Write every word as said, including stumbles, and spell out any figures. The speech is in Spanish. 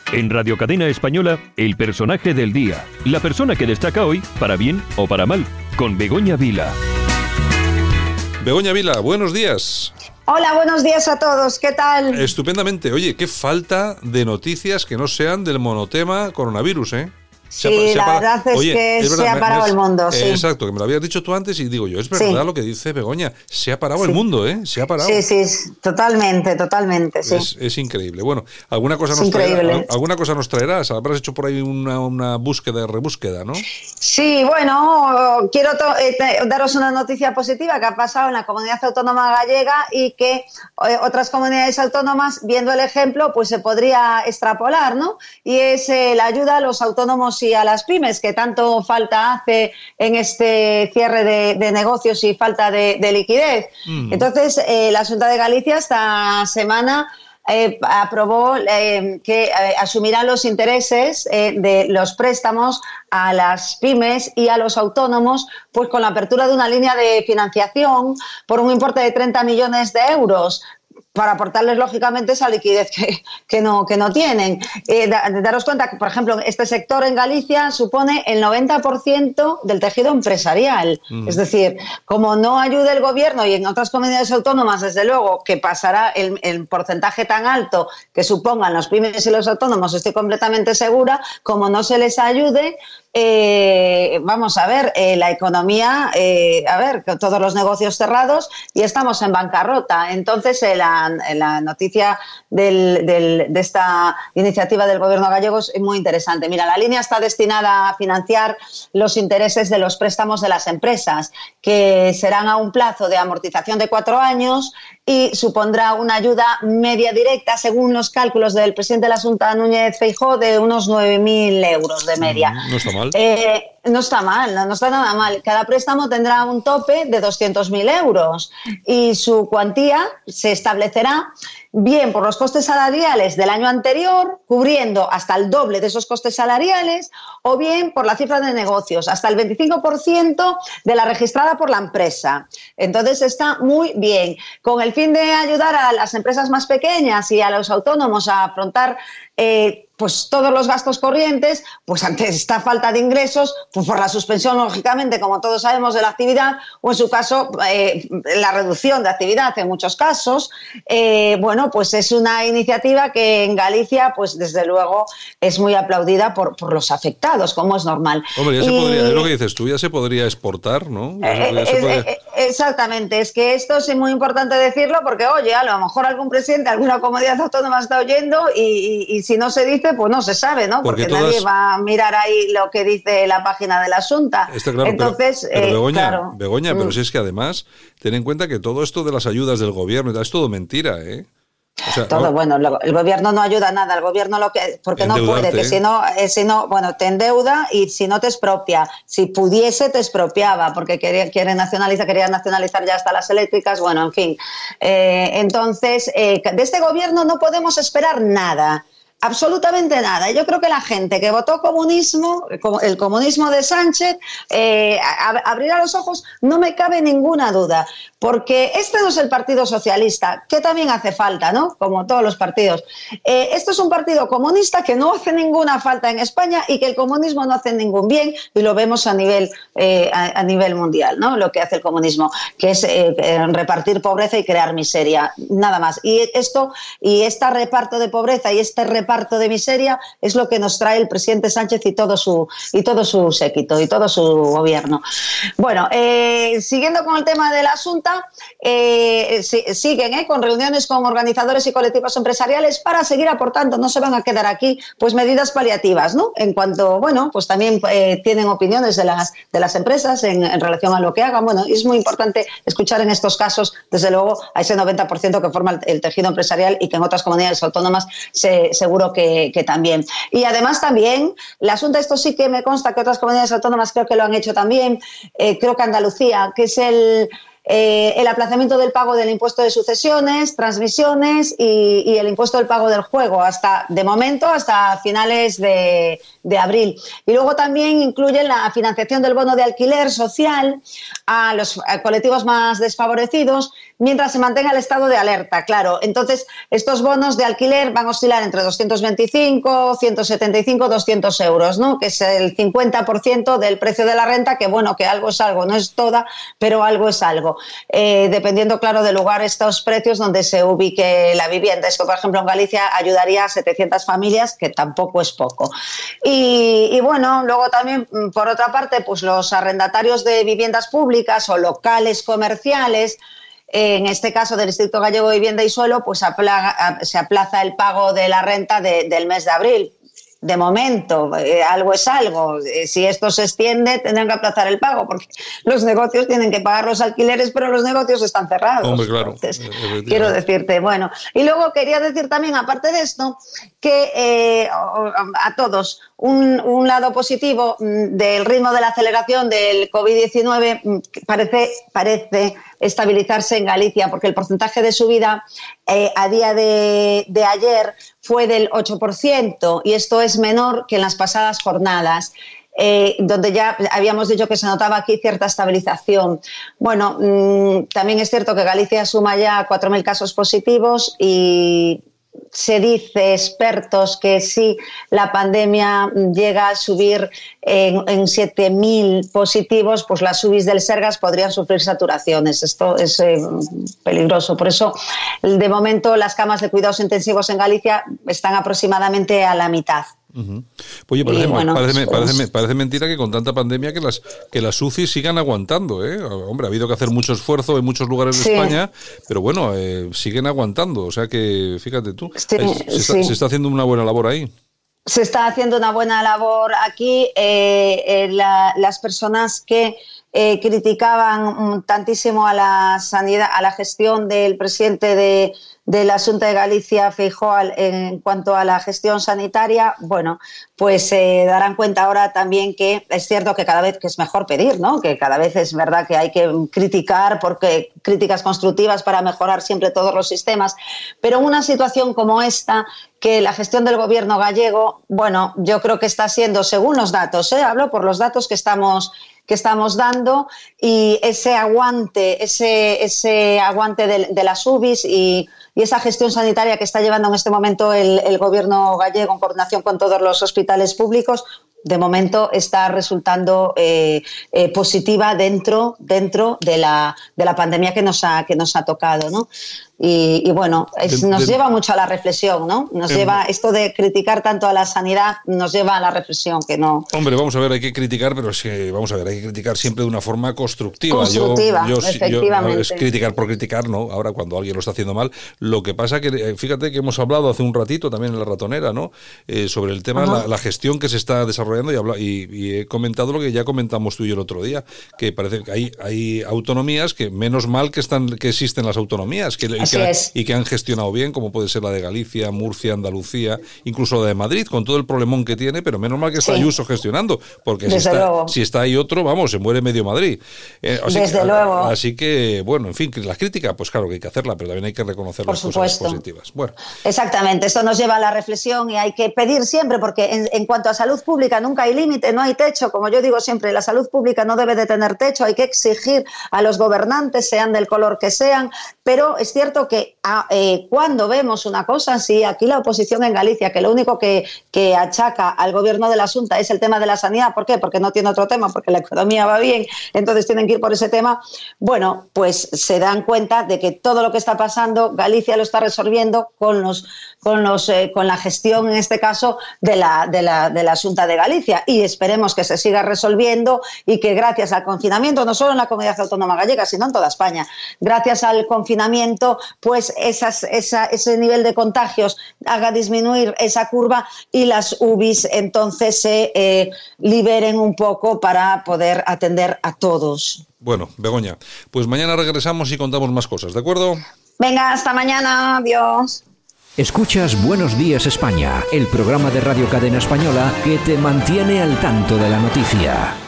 En Radio Cadena Española, el personaje del día. La persona que destaca hoy, para bien o para mal, con Begoña Vila. Begoña Vila, buenos días. Hola, buenos días a todos, ¿qué tal? Estupendamente. Oye, qué falta de noticias que no sean del monotema coronavirus, ¿eh? Sí, se ha, se ha la verdad es Oye, que es verdad, se ha parado me, el mundo, sí. Exacto, que me lo habías dicho tú antes y digo yo, es verdad sí. lo que dice Begoña, se ha parado sí. el mundo, ¿eh? Se ha parado. Sí, sí, totalmente, totalmente, sí. Es, es increíble. Bueno, alguna cosa, nos traerá, alguna cosa nos traerás, habrás hecho por ahí una, una búsqueda, rebúsqueda, ¿no? Sí, bueno, quiero to- eh, daros una noticia positiva que ha pasado en la comunidad autónoma gallega y que eh, otras comunidades autónomas, viendo el ejemplo, pues se podría extrapolar, ¿no? Y es eh, la ayuda a los autónomos y a las pymes, que tanto falta hace en este cierre de, de negocios y falta de, de liquidez. Mm. Entonces, eh, la Xunta de Galicia esta semana eh, aprobó eh, que eh, asumirán los intereses eh, de los préstamos a las pymes y a los autónomos, pues con la apertura de una línea de financiación por un importe de treinta millones de euros, para aportarles, lógicamente, esa liquidez que, que, no, que no tienen. Eh, da, daros cuenta que, por ejemplo, este sector en Galicia supone el noventa por ciento del tejido empresarial. Mm. Es decir, como no ayude el gobierno, y en otras comunidades autónomas, desde luego, que pasará el, el porcentaje tan alto que supongan los pymes y los autónomos, estoy completamente segura, como no se les ayude, Eh, vamos a ver, eh, la economía, eh, a ver, todos los negocios cerrados y estamos en bancarrota. Entonces, eh, la, la noticia del, del, de esta iniciativa del gobierno gallego es muy interesante. Mira, la línea está destinada a financiar los intereses de los préstamos de las empresas, que serán a un plazo de amortización de cuatro años y supondrá una ayuda media directa, según los cálculos del presidente de la Xunta, Núñez Feijóo, de unos nueve mil euros de media. No está mal. Eh, no está mal, no, no está nada mal. Cada préstamo tendrá un tope de doscientos mil euros y su cuantía se establecerá bien por los costes salariales del año anterior, cubriendo hasta el doble de esos costes salariales, o bien por la cifra de negocios, hasta el veinticinco por ciento de la registrada por la empresa. Entonces está muy bien. Con el fin de ayudar a las empresas más pequeñas y a los autónomos a afrontar eh, pues todos los gastos corrientes, pues ante esta falta de ingresos, pues por la suspensión, lógicamente, como todos sabemos, de la actividad, o en su caso, eh, la reducción de actividad en muchos casos, eh, bueno, pues es una iniciativa que en Galicia, pues desde luego, es muy aplaudida por, por los afectados, como es normal. Hombre, ya y, se podría, es lo que dices tú, ya se podría exportar, ¿no? Ya eh, se, ya se eh, podría... eh, exactamente, es que esto es muy importante decirlo porque, oye, a lo mejor algún presidente, alguna comunidad autónoma está oyendo y, y, y si no se dice, pues no se sabe, ¿no? Porque, Porque todas... nadie va a mirar ahí lo que dice la página de la Xunta. Está claro, Entonces, pero, pero eh, Begoña, claro. Begoña, pero mm. si es que además, ten en cuenta que todo esto de las ayudas del gobierno y tal, es todo mentira, ¿eh? O sea, todo, bueno, lo, el gobierno no ayuda a nada, el gobierno lo que, porque no puede, que si no, eh, si no, bueno, te endeuda y si no te expropia, si pudiese te expropiaba, porque quería, quiere nacionalizar, quería nacionalizar ya hasta las eléctricas, bueno, en fin. Eh, entonces, eh, de este gobierno no podemos esperar nada. Absolutamente nada. Yo creo que la gente que votó comunismo, el comunismo de Sánchez, eh, abrirá los ojos, no me cabe ninguna duda, porque este no es el Partido Socialista, que también hace falta, ¿no? Como todos los partidos. Eh, esto es un partido comunista que no hace ninguna falta en España y que el comunismo no hace ningún bien, y lo vemos a nivel, eh, a, a nivel mundial, ¿no? Lo que hace el comunismo, que es eh, repartir pobreza y crear miseria, nada más. Y esto, y este reparto de pobreza y este reparto parto de miseria es lo que nos trae el presidente Sánchez y todo su y todo su séquito y todo su gobierno. Bueno, eh, siguiendo con el tema de la Xunta, eh, si, siguen eh, con reuniones con organizadores y colectivos empresariales para seguir aportando, no se van a quedar aquí, pues medidas paliativas, ¿no? En cuanto, bueno, pues también eh, tienen opiniones de las de las empresas en, en relación a lo que hagan. Bueno, es muy importante escuchar en estos casos, desde luego, a ese noventa por ciento que forma el, el tejido empresarial y que en otras comunidades autónomas se seguro Que, que también. Y además también, la Xunta, esto sí que me consta que otras comunidades autónomas creo que lo han hecho también, eh, creo que Andalucía, que es el, eh, el aplazamiento del pago del impuesto de sucesiones, transmisiones y, y el impuesto del pago del juego, hasta de momento hasta finales de, de abril. Y luego también incluye la financiación del bono de alquiler social a los a colectivos más desfavorecidos mientras se mantenga el estado de alerta, claro. Entonces, estos bonos de alquiler van a oscilar entre doscientos veinticinco, ciento setenta y cinco, doscientos euros, ¿no? Que es el cincuenta por ciento del precio de la renta, que bueno, que algo es algo, no es toda, pero algo es algo. Eh, dependiendo, claro, del lugar, estos precios donde se ubique la vivienda. Es que, por ejemplo, en Galicia ayudaría a setecientas familias, que tampoco es poco. Y, y bueno, luego también, por otra parte, pues los arrendatarios de viviendas públicas o locales comerciales, en este caso del Instituto Gallego de Vivienda y Suelo, pues aplaga, se aplaza el pago de la renta de, del mes de abril. De momento, eh, algo es algo. Eh, si esto se extiende, tendrán que aplazar el pago, porque los negocios tienen que pagar los alquileres, pero los negocios están cerrados. Hombre, claro. Entonces, quiero decirte, bueno. Y luego quería decir también, aparte de esto, que eh, a todos, un, un lado positivo del ritmo de la aceleración del COVID diecinueve parece, parece estabilizarse en Galicia, porque el porcentaje de subida eh, a día de, de ayer fue del ocho por ciento y esto es menor que en las pasadas jornadas. Eh, donde ya habíamos dicho que se notaba aquí cierta estabilización. Bueno, mmm, también es cierto que Galicia suma ya cuatro mil casos positivos y se dice, expertos, que si la pandemia llega a subir en, en siete mil positivos, pues las U B Is del Sergas podrían sufrir saturaciones. Esto es eh, peligroso. Por eso, de momento, las camas de cuidados intensivos en Galicia están aproximadamente a la mitad. Uh-huh. Oye, parece, bueno, parece, pues, parece, parece mentira que con tanta pandemia que las que las U C I sigan aguantando, ¿eh? Hombre, ha habido que hacer mucho esfuerzo en muchos lugares de sí. España, pero bueno, eh, siguen aguantando. O sea que, fíjate tú, sí, se, sí. está, se está haciendo una buena labor ahí. Se está haciendo una buena labor aquí. Eh, eh, la, las personas que eh, criticaban tantísimo a la sanidad, a la gestión del presidente de de la Xunta de Galicia, Feijóo, en cuanto a la gestión sanitaria, bueno, pues se eh, darán cuenta ahora también que es cierto que cada vez que es mejor pedir, ¿no? Que cada vez es verdad que hay que criticar, porque críticas constructivas para mejorar siempre todos los sistemas, pero en una situación como esta, que la gestión del gobierno gallego, bueno, yo creo que está siendo, según los datos, ¿eh? Hablo por los datos que estamos que estamos dando, y ese aguante, ese, ese aguante de, de las U B Is y, y esa gestión sanitaria que está llevando en este momento el, el gobierno gallego en coordinación con todos los hospitales públicos, de momento está resultando eh, eh, positiva dentro, dentro de la, de la pandemia que nos ha, que nos ha tocado, ¿no? Y, y bueno, es, nos de, lleva mucho a la reflexión, ¿no? Nos eh, lleva, esto de criticar tanto a la sanidad, nos lleva a la reflexión, que no... Hombre, vamos a ver, hay que criticar, pero es que, vamos a ver, hay que criticar siempre de una forma constructiva. Constructiva, yo, yo, efectivamente. Yo, es criticar por criticar, ¿no? Ahora, cuando alguien lo está haciendo mal, lo que pasa que, fíjate que hemos hablado hace un ratito también en La Ratonera, ¿no? Eh, sobre el tema, la, la gestión que se está desarrollando, y, habla, y, y he comentado lo que ya comentamos tú y yo el otro día, que parece que hay, hay autonomías que, menos mal que, están, que existen las autonomías, que Que, y que han gestionado bien, como puede ser la de Galicia, Murcia, Andalucía, incluso la de Madrid, con todo el problemón que tiene, pero menos mal que está sí. Ayuso gestionando, porque si está, si está ahí otro, vamos, se muere medio Madrid. Eh, así Desde que, luego. Así que, bueno, en fin, la crítica, pues claro que hay que hacerla, pero también hay que reconocer Por las supuesto. cosas positivas. Bueno. Exactamente, esto nos lleva a la reflexión y hay que pedir siempre, porque en, en cuanto a salud pública nunca hay límite, no hay techo, como yo digo siempre, la salud pública no debe de tener techo, hay que exigir a los gobernantes, sean del color que sean, pero es cierto que a, eh, cuando vemos una cosa así, aquí la oposición en Galicia, que lo único que, que achaca al gobierno de la Xunta es el tema de la sanidad, ¿por qué? Porque no tiene otro tema, porque la economía va bien, entonces tienen que ir por ese tema. Bueno, pues se dan cuenta de que todo lo que está pasando, Galicia lo está resolviendo con los con los eh, con la gestión, en este caso, de la, de la, de la Xunta de Galicia, y esperemos que se siga resolviendo y que gracias al confinamiento, no solo en la Comunidad Autónoma Gallega, sino en toda España, gracias al confinamiento, pues esas, esa, ese nivel de contagios haga disminuir esa curva y las U B Is entonces se eh, liberen un poco para poder atender a todos. Bueno, Begoña, pues mañana regresamos y contamos más cosas, ¿de acuerdo? Venga, hasta mañana, adiós. Escuchas Buenos Días España, el programa de Radio Cadena Española que te mantiene al tanto de la noticia.